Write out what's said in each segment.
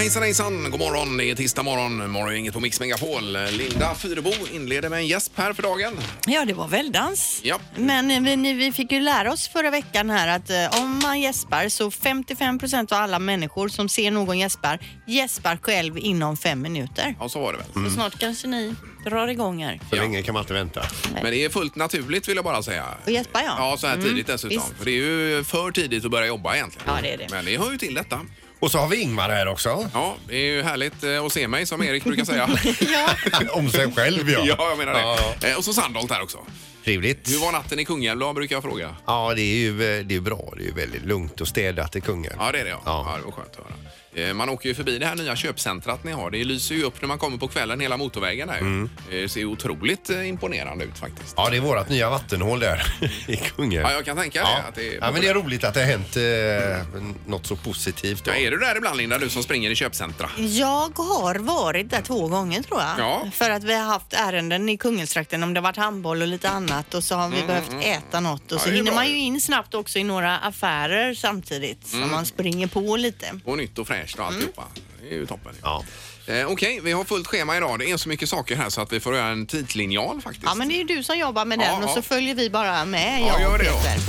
Hejsan, god morgon. Det är tisdag morgon. Morgongänget på Mix Megapol. Linda Fyrebo inleder med en gäsp här för dagen. Ja, det var väldans. Ja. Men vi fick ju lära oss förra veckan här att om man gäspar så 55% av alla människor som ser någon gäspar själv inom 5 minuter. Ja, så var det väl. Så snart kanske ni drar igång här. Så länge kan man inte vänta. Men det är fullt naturligt vill jag bara säga. Och gäspa, ja. Ja, så här tidigt dessutom. visst. För det är ju för tidigt att börja jobba egentligen. Ja, det är det. Men det hör ju till detta. Och så har vi Ingmar här också. Ja, det är ju härligt att se mig som Erik brukar säga. Ja. Om sig själv, ja. Ja, jag menar det. Ja. Och så Sandholt här också. Trevligt. Hur var natten i Kungälv då, brukar jag fråga? Ja, det är ju bra. Det är ju väldigt lugnt och städat i Kungälv. Ja, det är det. Ja. Ja. Ja, det var skönt att höra. Man åker ju förbi det här nya köpcentrat ni har. Det lyser ju upp när man kommer på kvällen hela motorvägen här. Det ser ju otroligt imponerande ut faktiskt. Ja, det är vårat nya vattenhål där i Kungälv. Ja, jag kan tänka det. Att det är Ja, men det är roligt att det har hänt något så positivt då. Ja, är du där ibland, Linda, du som springer i köpcentra? Jag har varit där 2 gånger tror jag. Ja. För att vi har haft ärenden i Kungälvstrakten om det har varit handboll och lite annat. Och så har vi behövt äta något. Och Ja, så det är hinner bra. man ju in snabbt också i några affärer samtidigt. Så man springer på lite. Och nytt och fräscht och alltihopa. Det är ju toppen. Ja. Okej, vi har fullt schema idag. Det är så mycket saker här så att vi får göra en tidslinjal faktiskt. Ja, men det är ju du som jobbar med den Ja, och så följer vi bara med, Ja, jag gör och det då. Peter.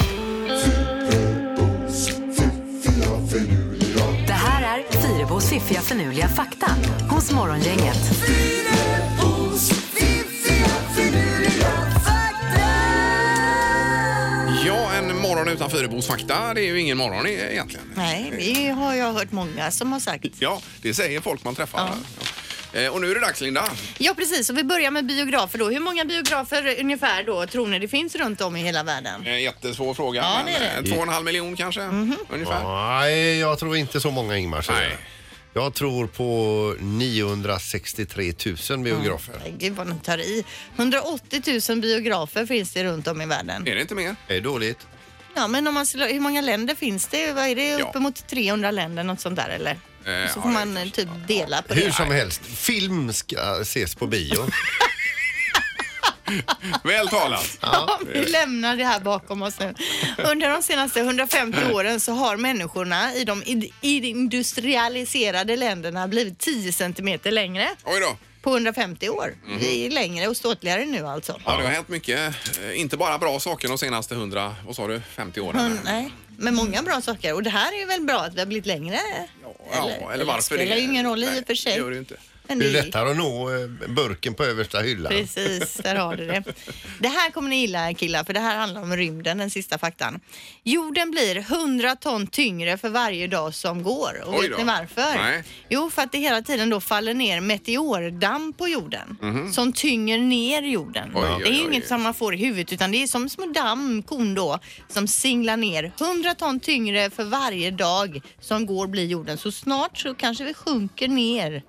Det här är Fyrebos fiffiga förnuliga fakta hos Morgongänget. Ja, en morgon utan Fyrebos fakta, det är ju ingen morgon egentligen. Nej, det har jag hört många som har sagt. Ja, det säger folk man träffar. Ja. Och nu är det dags, Linda. Ja, precis. Och vi börjar med biografer då. Hur många biografer ungefär då tror ni det finns runt om i hela världen? Jättesvår fråga. Ja, men det är det. 2,5 miljoner kanske, ungefär. Nej, jag tror inte så många, Ingmar. säger Nej. jag. Jag tror på 963 000 biografer. Gud vad de tar i. 180 000 biografer finns det runt om i världen. Är det inte mer? Det är dåligt. Ja, men om man slår, hur många länder finns det? Vad är det? Ja. Uppemot 300 länder, något sånt där, eller? Så får ja, man det är typ dela på Hur det. som helst, film ska ses på bio. Väl talat. Ja, vi lämnar det här bakom oss nu. Under de senaste 150 åren så har människorna i de industrialiserade länderna blivit 10 centimeter längre Oj då. på 150 år. Det är längre och ståtligare nu alltså. Ja, det har hänt mycket. Inte bara bra saker de senaste 50 åren. Nej, men många bra saker. Och det här är ju väl bra att vi har blivit längre. Eller varför det spelar ju ingen roll i och för sig. Det gör det ju inte. Men Det är det är lättare att nå burken på översta hyllan. Precis, där har du det. Det här kommer ni gilla, killar, för det här handlar om rymden, den sista faktan. Jorden blir 100 ton tyngre för varje dag som går. Och Oj vet då. ni varför? Nej. Jo, för att det hela tiden då faller ner meteordamm på jorden som tynger ner jorden. Oj, Det är ju oj, oj. inget som man får i huvudet, utan det är som små dammkorn då som singlar ner. 100 ton tyngre för varje dag som går blir jorden. Så snart så kanske vi sjunker ner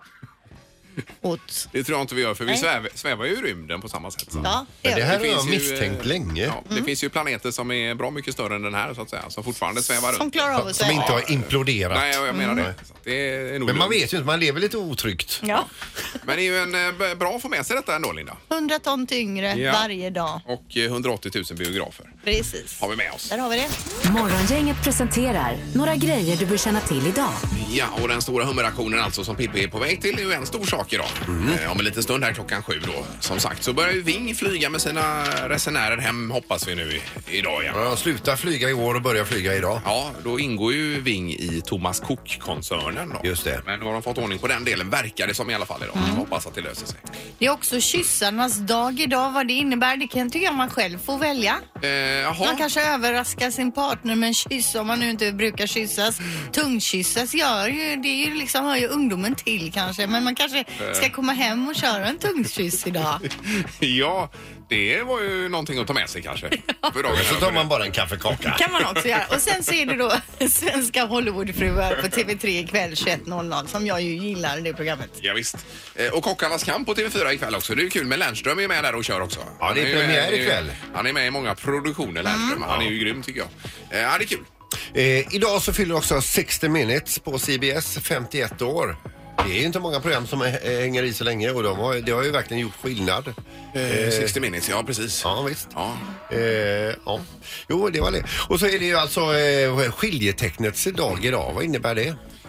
åt... Det tror jag inte vi gör, för vi Nej. svävar ju i rymden på samma sätt. Så. Ja, Men det gör här vi. har jag finns ju, misstänkt länge. Ja, det finns ju planeter som är bra mycket större än den här så att säga, som fortfarande svävar Som runt. klarar av att Som sväva. inte har imploderat. Nej, jag menar det. Så att det är nog Men man lugnt. vet ju inte, man lever lite otryggt. Ja, Men det är ju bra att få med sig detta ändå, Linda. 100 ton tyngre Ja. varje dag. Och 180 000 biografer Precis. har vi med oss. Där har vi det. Morgongänget presenterar några grejer du bör känna till idag. Ja, och den stora hummeraktionen alltså som Pippi är på väg till är ju en stor sak idag. Om en liten stund här 7:00 då. Som sagt så börjar ju Ving flyga med sina resenärer hem, hoppas vi nu idag igen. Jag slutar flyga i år och börjar flyga idag. Ja, då ingår ju Ving i Thomas Cook-koncernen då. Just det. Men då har de fått ordning på den delen, verkar det som i alla fall idag. Hoppas att det löser sig. Det är också kyssarnas dag idag. Vad det innebär, det kan tycka man själv får välja. Jaha. Man kanske överraskar sin partner med en kyss om man nu inte brukar kyssas. Tungkyssas det är ju liksom, hör ju ungdomen till kanske. Men man kanske ska komma hem och köra en tungkyss idag. Ja, det var ju någonting att ta med sig kanske. För dagen. Så tar man bara en kaffekaka. Kan man också göra. Och sen så är det då Svenska Hollywoodfruar på TV3 ikväll 21.00 som jag ju gillar det programmet. Ja, visst. Och Kockarnas kamp på TV4 ikväll också. Det är ju kul med Lernström är med där och kör också. Ja, det är Han ju premiär med- ikväll. Han är med i många produktioner, Lernström. Han är ju grym tycker jag. Ja, det är kul. Idag så fyller också 60 Minutes på CBS 51 år. Det är ju inte många program som hänger i så länge och det har ju verkligen gjort skillnad. 60 minutes, ja precis. Ja, visst. Ja. Ja. Jo, det var det. Och så är det ju alltså skiljetecknets dag idag. Vad innebär det?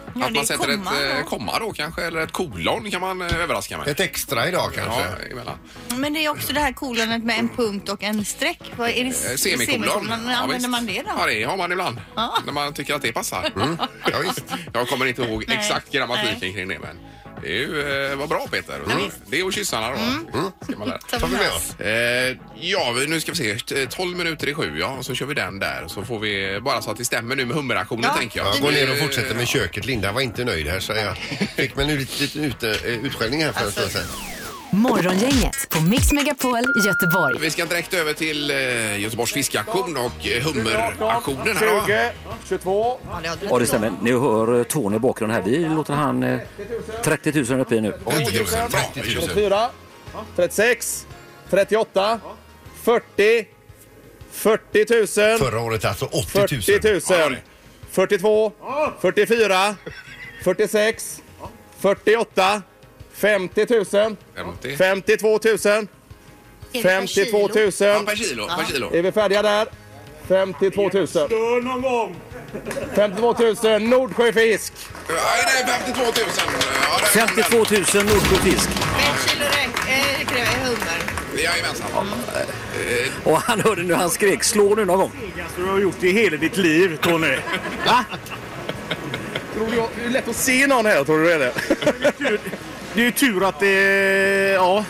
Ja, att man sätter ett komma då kanske, eller ett kolon kan man överraska med. Ett extra idag kanske. Ja, emellan. Men det är också det här kolonet med en punkt och en streck. Vad är det? Semikolon. Använder man det då? Ja, det har man ibland. När man tycker att det passar. Ja, visst. Jag kommer inte ihåg exakt grammatiken kring det, men det är ju, vad bra Peter. Det är och kyssarna då. Ska man lära. Tar vi med oss. Ja, nu ska vi se. 12 minuter i 7, ja. Och så kör vi den där. Så får vi bara så att det stämmer nu med hummeraktionen, tänker jag. Jag går ner och fortsätter med köket. Linda var inte nöjd här, så jag fick mig nu lite utskällning här för en stund sedan. Morgongänget på Mix Megapol Göteborg. Vi ska direkt över till Göteborgs fiskaktion och hummeraktionen här då. 20, 22. Ja, det stämmer. Ni hör Tony i bakgrunden här. Vi låter han 30 000 uppe i nu. 24, 36, 38, 40, 40 000. Förra året alltså 80 000. 40 000. 42, 44, 46, 48, 50 000. 52 000. 52 000. Ja, per kilo. Är vi färdiga där? 52 000. Dör någon gång. 52 000 Nordsjöfisk. Nej, det är 52 000. Ja, 52 000 Nordsjöfisk. 1 kilo kräver hummer. Jajamensan. Och han hörde nu, han skrek, slå nu någon gång. Du har gjort det i hela ditt liv, Tony. Va? Tror du det är lätt att se någon här, tror du det är det? Det är ju tur att det... Ja.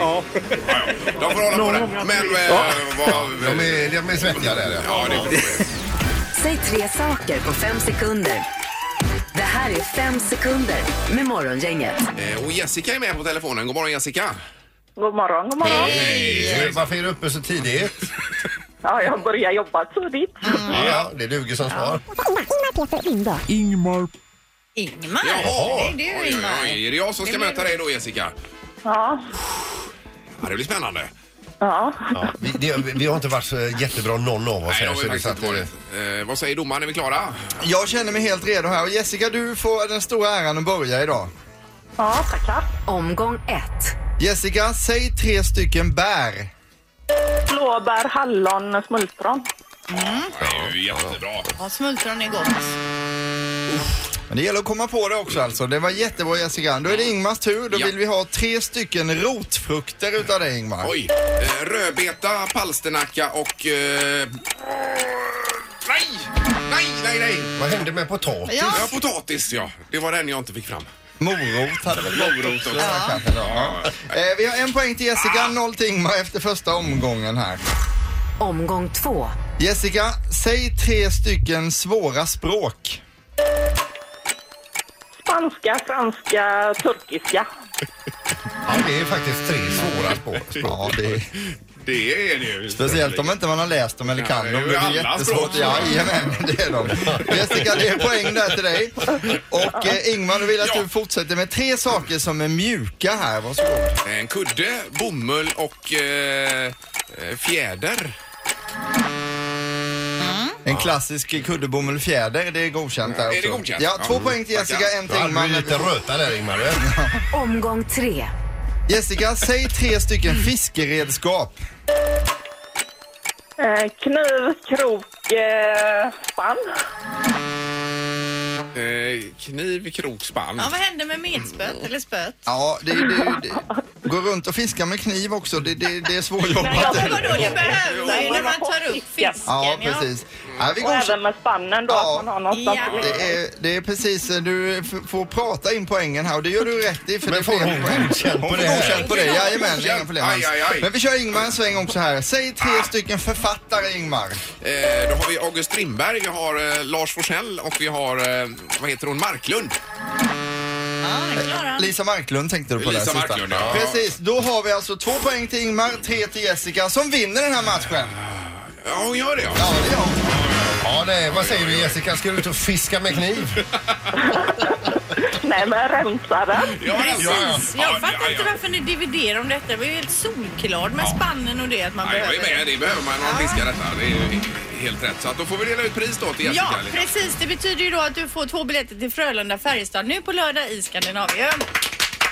De får hålla på det. Men De är svettiga där. Ja, det är Säg 3 saker på 5 sekunder. Det här är 5 sekunder med Morgongänget. Och Jessica är med på telefonen. God morgon, Jessica. God morgon. Hej. Varför är du uppe så tidigt? Ja, jag börjar jobba tidigt. Ja, det duger som svar. Ingmar. Jaha. Det är ju Ingmar. Är det jag som ska möta dig då, Jessica? Ja. Ja, det blir spännande. Ja. Vi har inte varit så jättebra någon av oss Nej, här. det har vi faktiskt inte varit. Vad säger domaren? Är vi klara? Jag känner mig helt redo här. Och Jessica, du får den stora äran att börja idag. Ja, tackar. Omgång 1. Jessica, säg 3 stycken bär. Blåbär, hallon, smultron. Det är ju jättebra. Ja, smultron är gott. Men det gäller att komma på det också alltså. Det var jättebra, Jessica. Då är det Ingmars tur. Då vill vi ha 3 stycken rotfrukter utav dig, Ingmar. Oj. Rödbeta, palsternacka och... Nej. Vad hände med potatis? Ja, potatis, ja. Det var den jag inte fick fram. Morot hade väl Morot också. kanske då. Vi har 1 poäng till Jessica, 0 till Ingmar efter första omgången här. Omgång 2. Jessica, säg 3 stycken svåra språk. Spanska, franska, turkiska. Ja, det är faktiskt 3 svåra språk. Ja, Det är det ju. speciellt om inte man har läst dem eller kan Ja, dem. det Det är är ju alla jättesvårt. språk. Jajamän, det är de. Jessica, det är poäng där till dig. Och Ingmar, du vill att du fortsätter med 3 saker som är mjuka här. Varsågod. En kudde, bomull och fjäder. En klassisk kuddebommelfjäder, det är godkänt där också. Är det godkänt? Ja, 2 Ja. poäng till Jessica, 1 till Du Ingmar. är lite röta där, Ingmar. Omgång 3. Jessica, säg 3 stycken fiskeredskap. Kniv, krok, spann. Kniv, krok, spann. Ja, vad händer med metspöt eller spöt? Ja, det gå runt och fiska med kniv också, det är svårjobbat. Ja, men vadå, det behöver man ju när man tar upp fisken. Ja, precis. Ja, vi Och går... även med spannen då, Ja. att man har någonstans Ja. att lägga. Det är precis, du får prata in poängen här och det gör du rätt i. För Men det är får fler hon poäng. godkänt på Hon det får här? godkänt på det, jajamän, inga problem alls. Aj. Men vi kör Ingmar en sväng också här. Säg 3 stycken författare, Ingmar. Då har vi August Strindberg, vi har Lars Forssell och vi har, vad heter hon, Marklund. Ja, det klarar han. Lisa Marklund tänkte du på Lisa där sista. Marklund, ja. Precis, då har vi alltså 2 poäng till Ingmar, 3 till Jessica som vinner den här matchen. Ja, hon gör det, ja. Ja, det gör hon. Ja, nej. Vad säger du, Jessica? Ska du ut och fiska med kniv? Nej, men rensa den. Precis. Jag fattar inte varför ni dividerar om detta. Det var ju helt solklart med spannen och det att man Nej, jag behöver. är med. Det behöver man när man fiskar detta. Det är ju helt rätt. Så att då får vi dela ut pris då till Jessica. Ja, lite. precis. Det betyder ju då att du får 2 biljetter till Frölunda-Färjestad nu på lördag i Skandinavien.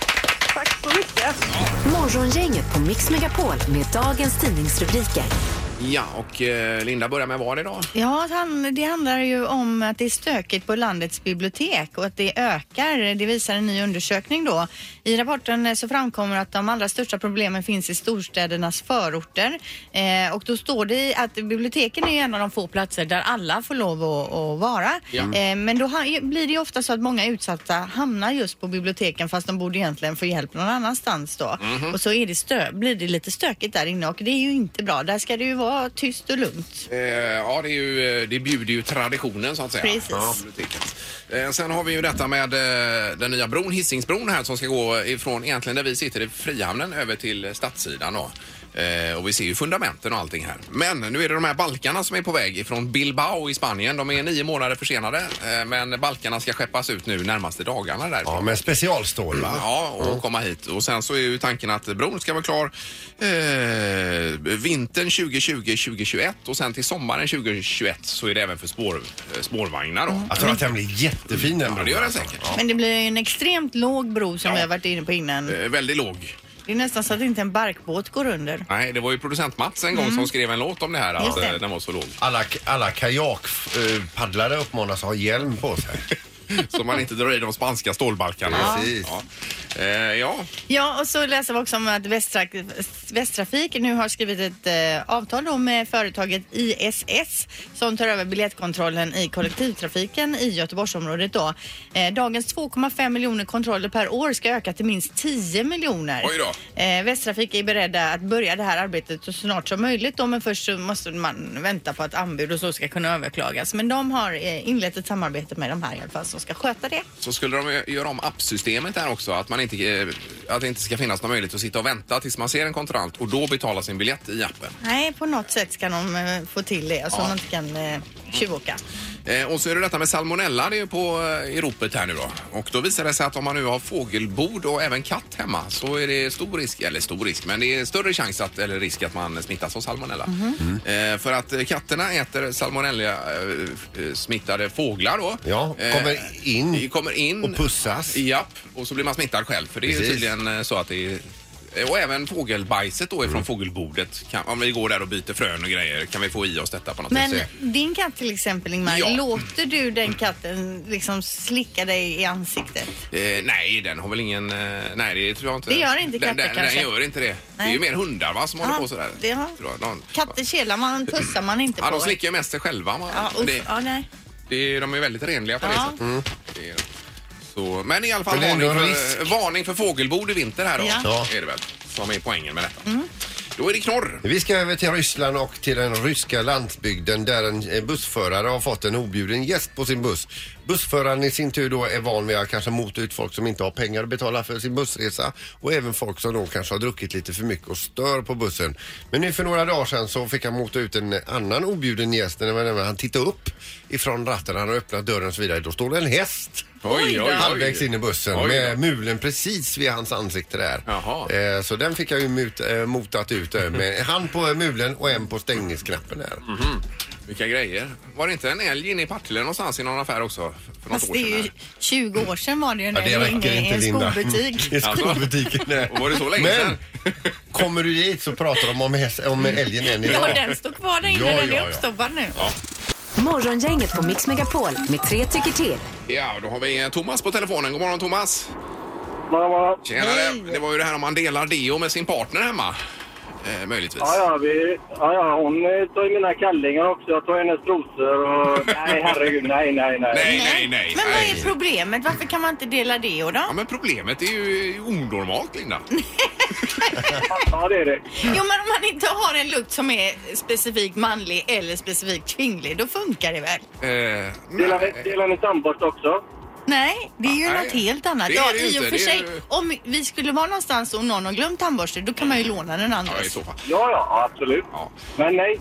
Tack så mycket. Morgongänget på Mix Megapol med dagens tidningsrubriker. Ja, och Linda börjar med vad idag? Ja, det handlar ju om att det är stökigt på landets bibliotek och att det ökar. Det visar en ny undersökning då. I rapporten så framkommer att de allra största problemen finns i storstädernas förorter. Och då står det att biblioteken är en av de få platser där alla får lov att vara. Ja. Men då blir det ju ofta så att många utsatta hamnar just på biblioteken fast de borde egentligen få hjälp någon annanstans då. Och så är blir det lite stökigt där inne och det är ju inte bra. Där ska det ju vara tyst och lugnt. Ja, det bjuder ju traditionen så att säga. Precis. Ja. Sen har vi ju detta med den nya bron, Hisingsbron här som ska gå ifrån egentligen där vi sitter i Frihamnen över till stadssidan då. Och vi ser ju fundamenten och allting här. Men nu är det de här balkarna som är på väg ifrån Bilbao i Spanien. De är 9 månader försenade. Men balkarna ska skeppas ut nu närmaste dagarna där. Ja, med specialstål va? Ja, och komma hit. Och sen så är ju tanken att bron ska vara klar vintern 2020-2021 och sen till sommaren 2021 så är det även för spårvagnar då. Jag tror att den blir jättefin den bron. Ja, det gör den säkert. Men det blir en extremt låg bro som vi har varit inne på innan. Väldigt låg. Det är nästan så att inte en barkbåt går under. Nej, det var ju producent Mats en gång som skrev en låt om det här att den var så låg. Alla kajakpaddlare uppmanas att ha hjälm på sig. Så man inte drar i de spanska stålbalkarna. Precis. Ja, och så läser vi också om att Västtrafik nu har skrivit ett avtal då med företaget ISS som tar över biljettkontrollen i kollektivtrafiken i Göteborgsområdet då. Dagens 2,5 miljoner kontroller per år ska öka till minst 10 miljoner. Oj då. Västtrafik är beredda att börja det här arbetet så snart som möjligt då, men först så måste man vänta på att anbud och så ska kunna överklagas. Men de har inlett ett samarbete med de här i alla fall som ska sköta det. Så skulle de göra om appsystemet här också, att att det inte ska finnas någon möjlighet att sitta och vänta tills man ser en kontrollant och då betala sin biljett i appen. Nej, på något sätt ska de få till det så man inte kan tjuvåka. Och så är det detta med salmonella, det är ju på i ropet här nu då. Och då visar det sig att om man nu har fågelbord och även katt hemma så är det stor risk, men det är större chans risk att man smittas av salmonella. För att katterna äter salmonella smittade fåglar då. Ja, kommer in och pussas. Japp, och så blir man smittad själv. För det är ju tydligen så att det är... Och även fågelbajset då ifrån fågelbordet. Om vi går där och byter frön och grejer kan vi få i oss detta på något sätt. Men din katt till exempel, Ingmar, låter du den katten liksom slicka dig i ansiktet? Nej, den har väl ingen... nej, det tror jag inte. Det gör inte katter kanske? Den gör inte det. Nej. Det är ju mer hundar va, som håller på sådär. Katter kelar pussar man inte på. Ja, de slickar ju mest sig själva. Nej. De är väldigt renliga på det sättet. Så, men i alla fall varning för fågelbord i vinter här då. Ja. Är det väl som är poängen med detta. Då är det knorr. Vi ska över till Ryssland och till den ryska landsbygden där en bussförare har fått en objuden gäst på sin buss. Bussföraren i sin tur då är van vid att kanske mota ut folk som inte har pengar att betala för sin bussresa och även folk som då kanske har druckit lite för mycket och stör på bussen. Men nu för några dagar sedan så fick han mota ut en annan objuden gäst när han tittade upp ifrån ratten, han har öppnat dörren och så vidare. Då står det en häst. Halvvägs in i bussen med mulen precis vid hans ansikte där. Så den fick jag ju motat ut med hand på mulen och en på stängningsknappen där. Vilka grejer. Var det inte en älg inne i Partille någonstans i någon affär också? För något år det är ju 20 år sedan var det ju en älg inne i en skobutik. I skolbutiken, nej. Var det så länge sedan? Kommer du dit så pratar de om älgen än idag. Ja, den står kvar där inne, den är uppstoppad nu. Ja. Morgongänget på Mix Megapol med 3 tycker till. Ja, då har vi Thomas på telefonen. God morgon Thomas. Morgon. Tjenare. Det var ju det här om man delar deo med sin partner hemma. Möjligtvis. Hon tar ju mina kallingar också. Jag tar hennes trosor och... Nej, herregud, nej. Men vad är problemet? Varför kan man inte dela deo då? Ja, men problemet är ju onormalt, Linda. Ja, det är det. Jo, men om man inte har en lukt som är specifikt manlig eller specifikt kvinnlig, då funkar det väl? Delar ni tandborst också? Nej, det är ju något helt annat. Det är det i och inte. för sig, om vi skulle vara någonstans och någon har glömt tandborste, då kan man ju låna den andra. Ja, i så fall. Ja, absolut. Ja. Men nej.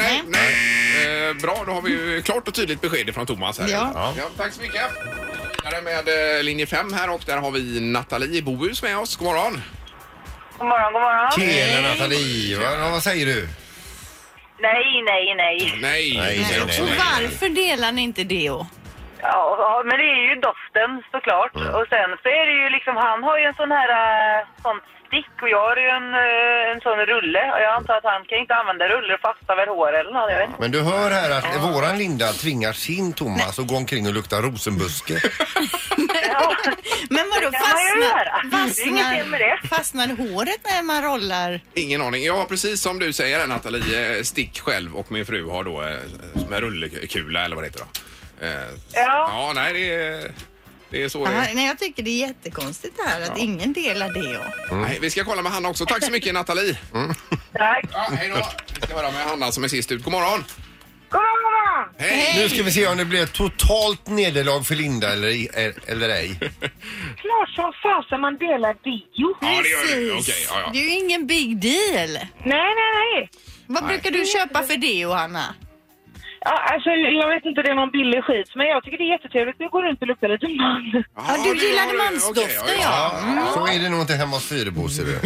Nej. Bra, då har vi ju klart och tydligt besked från Thomas här. Ja, tack så mycket. Där är med linje 5 här och där har vi Nathalie i Bohus med oss. God morgon. God morgon. Tjena Nathalie, vad säger du? Nej. Nej. Och varför delar ni inte deo? Ja, men det är ju doften såklart. Och sen så är det ju liksom, han har ju en sån här sånt stick och jag har ju en sån rulle. Och jag antar att han kan inte använda rulle och fasta väl hår eller något, jag vet inte. Men du hör här att våran Linda tvingar sin Thomas att gå omkring och lukta rosenbuske. Ja. Men vadå, fastnar fastnar håret när man rollar? Ingen aning. Jag har precis som du säger, Nathalie, stick själv och min fru har då med rullekula eller vad det heter då. Ja, nej, det är så det är. Nej, jag tycker det är jättekonstigt det här att ingen delar det. Nej, vi ska kolla med Hanna också. Tack så mycket, Nathalie. Tack. Ja, hej då. Vi ska höra med Hanna som är sist ut. God morgon. God morgon. Hej. Nu ska vi se om det blir ett totalt nederlag för Linda eller ej. Klart som fasen man delar video. Ja, det gör det. Okej, ja. Det är ju ingen big deal. Nej. Vad brukar du köpa för det, Johanna? Ja, alltså jag vet inte, det är någon billig skit, men jag tycker det är jättetrevligt. Vi går runt och luktar lite man. Ja, du gillade mansdofter, ja. Så är det nog inte hemma hos Fyrebo, ser du.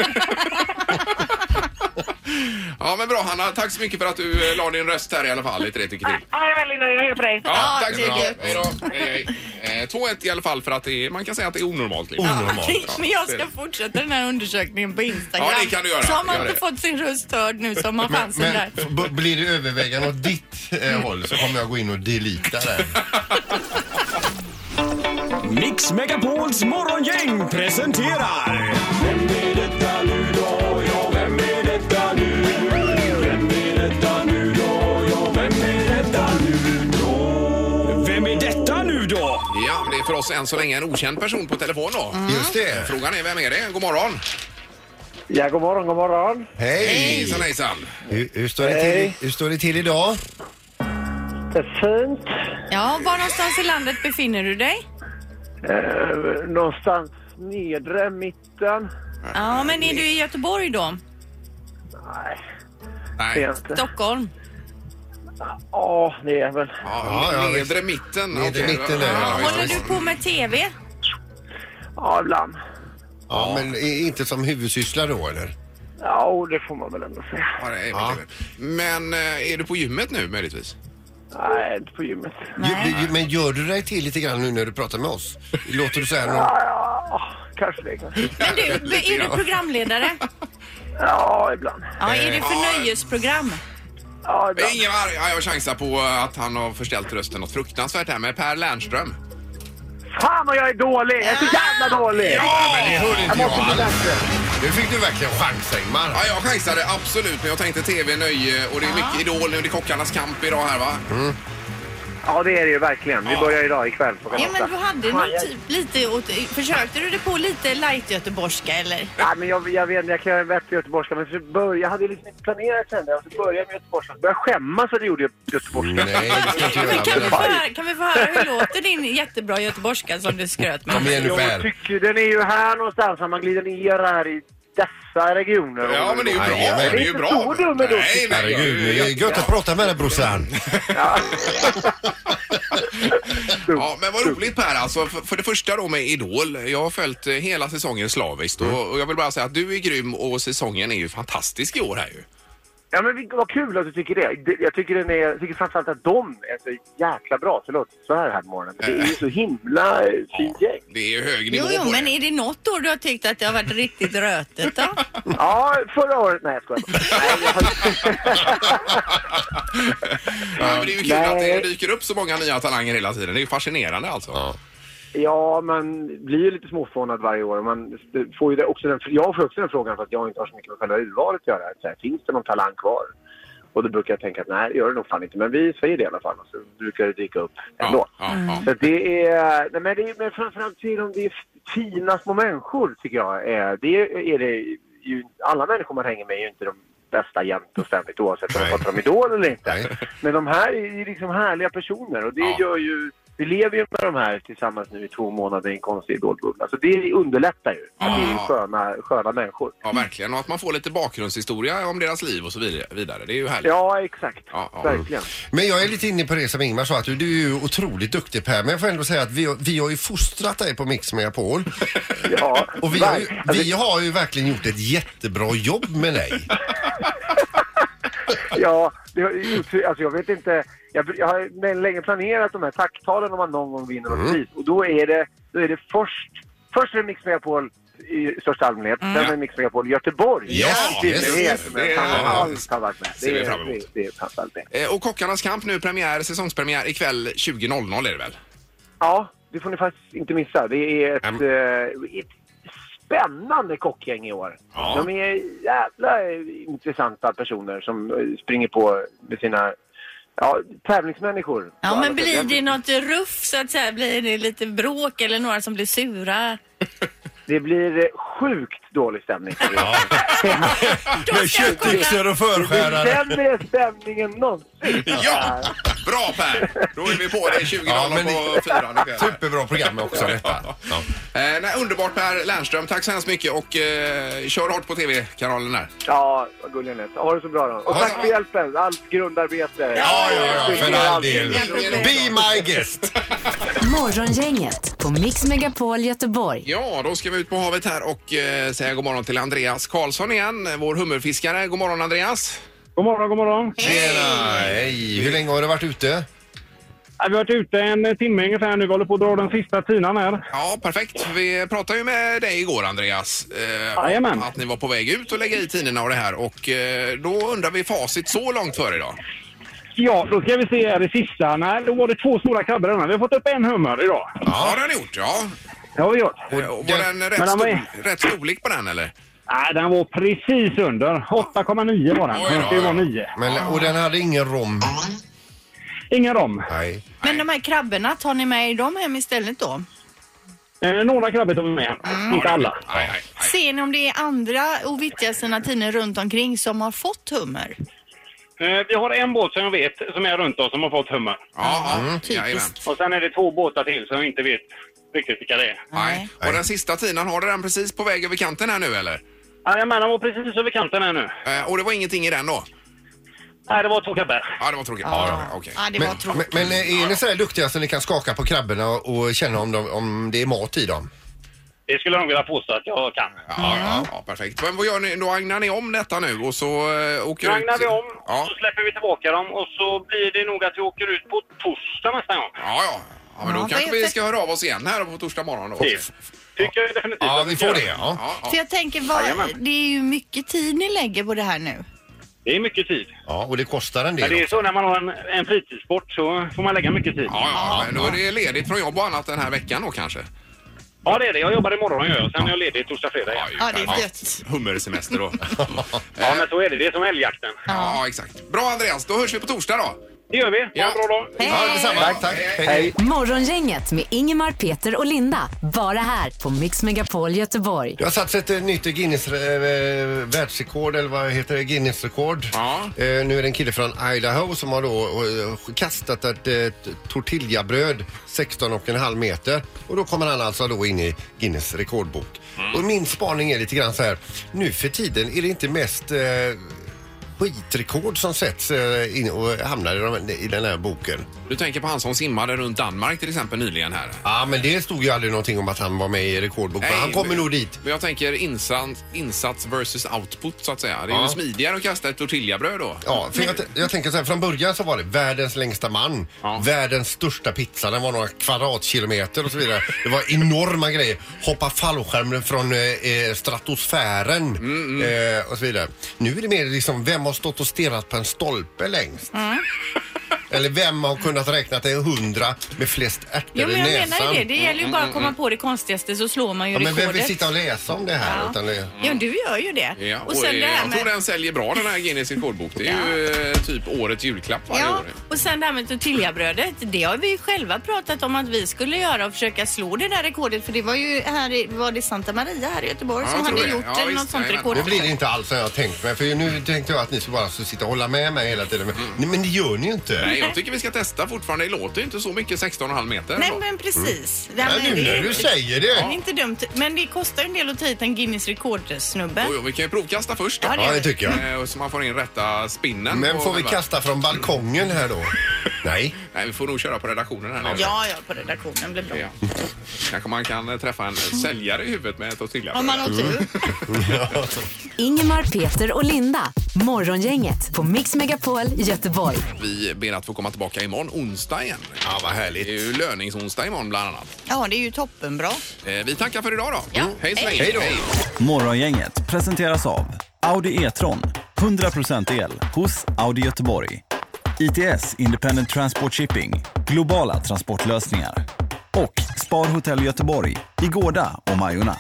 Ja, men bra Hanna. Tack så mycket för att du la din röst här i alla fall. 3 tycker till. Ja, jag är väldigt nöjd. Jag är på dig. Ja, tack så mycket. Hej då. Hej. 2-1 i alla fall för att man kan säga att det är onormalt. Onormalt. Men jag ska fortsätta den här undersökningen på Instagram. Ja, det kan du göra. Så har man inte fått sin röst hörd nu som har chansen där. Men blir det övervägande åt ditt håll så kommer jag gå in och delita det. Mix Megapols morgongäng presenterar... Vem är detta nu då? Ja, vem är detta nu? Vem är detta nu då? Ja, vem är detta nu då? Vem är detta nu då? Ja, det är för oss än så länge en okänd person på telefon då. Just det. Frågan är, vem är det? God morgon. Ja, god morgon. Hej. Hejsan. Hur står det till idag? Det är fint. Ja, var någonstans i landet befinner du dig? Någonstans nedre mitten. Ja, men är du i Göteborg då? Nej. Stockholm? Ja, det är väl. Ja, nedre mitten. Nedre mitten där. Håller du på med TV? Ja, ibland. Ja, men inte som huvudsyssla då, eller? Ja, det får man väl ändå säga. Ja, det är väl det. Men är du på gymmet nu möjligtvis? Nej, inte på gymmet. Men gör du dig till lite grann nu när du pratar med oss? Låter du så här? Ja, kanske det. Men du, är du programledare? Ja, ibland. Ja, är det för nöjesprogram? Ja, ibland. Ingemar, jag chansar på att han har förställt rösten något fruktansvärt här med Per Lernström. Fan vad jag är dålig! Jag är så jävla dålig! Ja, men det hörde inte jag alls. bättre. Nu fick du verkligen chansa, Ingmar. Ja, jag chansade absolut, men jag tänkte TV, nöje och det är mycket Idol nu. Det är Kockarnas kamp idag här, va? Ja, det är det ju verkligen. Vi börjar idag ikväll på Ja, men du hade nog typ lite... Försökte du det på lite light-göteborgska, eller? Ja, men jag vet, jag kan bättre göteborgska, men jag hade liksom inte planerat sen. Jag började med göteborgska. Jag började skämmas för att jag gjorde göteborgska. Nej, det ska inte Kan vi få höra hur låter din jättebra göteborska som du skröt med? Kom igen nu, Per. Jag tycker den är ju här någonstans. Man glider ner här i dessa regioner. Ja, men det är ju bra. Nej, Det är ju bra. Nej, Herregud, det är gött att prata med dig, brorsan. Ja, men vad roligt Per, alltså för det första då med Idol. Jag har följt hela säsongen slaviskt och jag vill bara säga att du är grym och säsongen är ju fantastisk i år här ju. Ja, men vad kul att du tycker det. Jag tycker framförallt att de är så jäkla bra. Förlåt, så här morgonen. Det är ju så himla fint gäng. Det är ju hög nivå Jo, på men det. är det något år du har tyckt att det har varit riktigt rötet då? Ja, förra året. Nej, jag skojar. Ja, men det är ju kul att det dyker upp så många nya talanger hela tiden. Det är ju fascinerande alltså. Ja, man blir ju lite småförvånad varje år. Man får ju det också jag får också den frågan för att jag inte har så mycket med själva urvalet att göra. Så här, finns det någon talang kvar? Och då brukar jag tänka att nej, det gör det nog fan inte. Men vi säger det i alla fall. Så brukar det dyka upp ändå. Så det är... Nej, men framförallt så är det fina små människor, tycker jag. Det är det ju... Alla människor man hänger med är ju inte de bästa jämt och ständigt, oavsett om de pratar om Idol eller inte. Nej. Men de här är ju liksom härliga personer. Och det gör ju... Vi lever ju med de här tillsammans nu i 2 månader i en konstig idolbubbla. Så det underlättar ju. Att det är sköna människor. Ja, verkligen. Och att man får lite bakgrundshistoria om deras liv och så vidare. Det är ju härligt. Ja, exakt. Verkligen. Men jag är lite inne på det som Ingmar sa, att du är ju otroligt duktig, Per. Men jag får ändå säga att vi har ju fostrat dig på Mix Megapol. Ja. Och vi har ju verkligen gjort ett jättebra jobb med dig. Ja, alltså jag vet inte. Jag har länge planerat de här tacktalen om man någon gång vinner något pris. Och då är det först är det Mix Megapol i största allmänhet. Sen är det Mix Megapol Göteborg. Ja, det har varit med. Ser vi fram emot. Det är framförallt det. Och Kockarnas kamp nu, säsongspremiär ikväll 20.00 är det väl? Ja, det får ni faktiskt inte missa. Det är ett spännande kockgäng i år. Ja. De är jävla intressanta personer som springer på med sina tävlingsmänniskor. Ja, men blir det något ruff så att säga? Blir det lite bråk eller några som blir sura? Det blir sjukt dålig stämning. Ja. Med köttyxor och förskärare. Det är sämre stämningen någonsin. Ja, bra Per! Då är vi på det 20.00 på 4. Superbra program också detta. Underbart Per Lernström, tack så hemskt mycket och kör hårt på TV-kanalen där. Ja, vad gullig ni. Ha det så bra då. Och tack för hjälpen, allt grundarbete. Ja, för all del. Be my guest! Morgongänget på Mix Megapol Göteborg. Ja, då ska vi ut på havet här och säga god morgon till Andreas Karlsson igen, vår hummerfiskare. God morgon Andreas. God morgon, god morgon. Tjena, hej. Hur länge har du varit ute? Vi har varit ute en timme ungefär nu. Vi håller på att dra den sista tinan här. Ja, perfekt. Vi pratade ju med dig igår Andreas. Att ni var på väg ut och lägga i tiderna och det här. Och då undrar vi facit så långt före idag. Ja, då ska vi se här det sista. Nej, då var det 2 stora krabbor denna. Vi har fått upp en hummer idag. Ja, det har ni gjort, ja. Det har vi gjort. Var den rätt storlek på den, eller? Nej, den var precis under. 8,9 var den. Det var 9. Och den hade ingen rom? Ingen rom. Nej. Men de här krabborna, tar ni med dem hem istället då? Några krabbor tar vi med. Inte alla. Nej. Ser ni om det är andra och viktiga sinatiner runt omkring som har fått hummer? Vi har en båt som jag vet som är runt oss som har fått hummer. Typiskt. Och sen är det 2 båtar till som jag inte vet riktigt vilka det är. Nej. Och den sista tinan, har du den precis på väg över kanten här nu eller? Ja, jag menar den var precis över kanten här nu. Och det var ingenting i den då? Nej, det var 2 krabbor. Ja, det var tråkigt. Okay. Ja, det var tråkigt. Men är ni så här duktiga så ni kan skaka på krabborna och känna om det är mat i dem? Det skulle de vilja påstå att jag kan. Ja, perfekt. Men vad gör ni? Då agnar ni om detta nu och så åker ut? Agnar vi om, så släpper vi tillbaka dem och så blir det nog att vi åker ut på torsdag nästa gång. Ja, men då kanske vi ska höra av oss igen här på torsdag morgon då. Tycker jag definitivt. Ja, vi får det, För jag tänker, det är ju mycket tid ni lägger på det här nu. Det är mycket tid. Ja, och det kostar en del. Det är så när man har en fritidssport så får man lägga mycket tid. Ja, men då är det ledigt från jobb och annat den här veckan då kanske? Ja, det är det. Jag jobbar imorgon och sen är jag ledig torsdag, fredag. Ja, det är gött. Hummersemester då. Ja, men så är det. Det är som älgjakten. Ja, exakt. Bra Andreas, då hörs vi på torsdag då. Det gör vi. Ha en bra dag. Ja, detsamma. Tack. Hej. Morgongänget med Ingemar, Peter och Linda. Bara här på Mix Megapol Göteborg. Du har satt ett nytt Guinness världsrekord, eller vad heter det? Guinness-rekord. Ja. Nu är det en kille från Idaho som har då kastat ett tortillabröd 16,5 meter. Och då kommer han alltså då in i Guinness rekordbok. Och min spaning är lite grann så här. Nu för tiden är det inte mest skitrekord som sätts in och hamnar i den här boken. Du tänker på han som simmade runt Danmark till exempel nyligen här. Ja, men det stod ju aldrig någonting om att han var med i rekordboken. Nej, han kommer nog dit. Men jag tänker insats versus output så att säga. Det är ju smidigare att kasta ett tortillabröd då. Ja, för jag tänker så här, från början så var det världens längsta man. Världens största pizza, den var några kvadratkilometer och så vidare. Det var enorma grejer. Hoppa fallskärmen från stratosfären och så vidare. Nu är det mer liksom, vem har stått och stirrat på en stolpe längst? Eller vem har kunnat räkna till 100 med flest ärtor i näsan? Jag menar det. Det gäller ju bara att komma på det konstigaste så slår man ju rekordet. Men vem vill sitta och läsa om det här? Ja, utan det... ja du gör ju det. Ja, och sen det här jag tror den säljer bra den här Guinness rekordbok. Det är ju typ årets julklapp varje år. Och sen det här med tortillabrödet. Det har vi själva pratat om att vi skulle göra och försöka slå det där rekordet. För det var ju var det Santa Maria här i Göteborg som hade gjort något sånt rekord. Det blir det inte alls som jag har tänkt mig. För nu tänkte jag att ni skulle bara sitta och hålla med mig hela tiden. Men det gör ni ju inte. Nej, jag tycker vi ska testa fortfarande. Det låter inte så mycket 16,5 meter. Nej, men precis. Ja, nu när du säger det. Det är inte dumt. Men det kostar en del att ta hit en Guinness rekordsnubbe. Jo, vi kan ju provkasta först då. Ja, det tycker jag. Så man får in rätta spinnen. Men får vi kasta från balkongen här då? Nej. Nej, vi får nog köra på redaktionen här. Ja, på redaktionen blir bra. Ja. Kanske man kan träffa en säljare i huvudet med tortilla. Om man har tur. Ingemar, Peter och Linda. Morgongänget på Mix Megapol Göteborg. Vi ber att få komma tillbaka imorgon, onsdag igen. Ja, vad härligt. Det är ju löningsonsdag imorgon bland annat. Ja, det är ju toppenbra. Vi tackar för idag då. Ja. Hej så länge. Hej då. Morgongänget presenteras av Audi E-tron. 100% el hos Audi Göteborg. ITS Independent Transport Shipping. Globala transportlösningar. Och Spar Hotel Göteborg i Gårda och Majorna.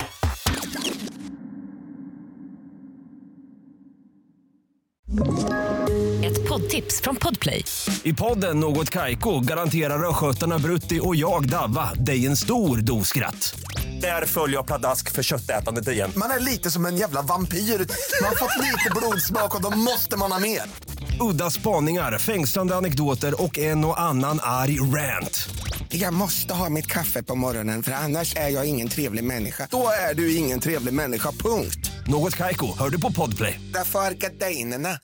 Ett poddtips från Podplay. I podden Något Kaiko garanterar östgötarna Brutti och jag Davva dig en stor dos skratt. Där följer jag pladask för köttätandet igen. Man är lite som en jävla vampyr. Man har fått lite blodsmak och då måste man ha mer. Udda spaningar, fängslande anekdoter och en och annan arg rant. Jag måste ha mitt kaffe på morgonen för annars är jag ingen trevlig människa. Då är du ingen trevlig människa, punkt. Något Kaiko, hör du på Podplay. Därför är gardinerna.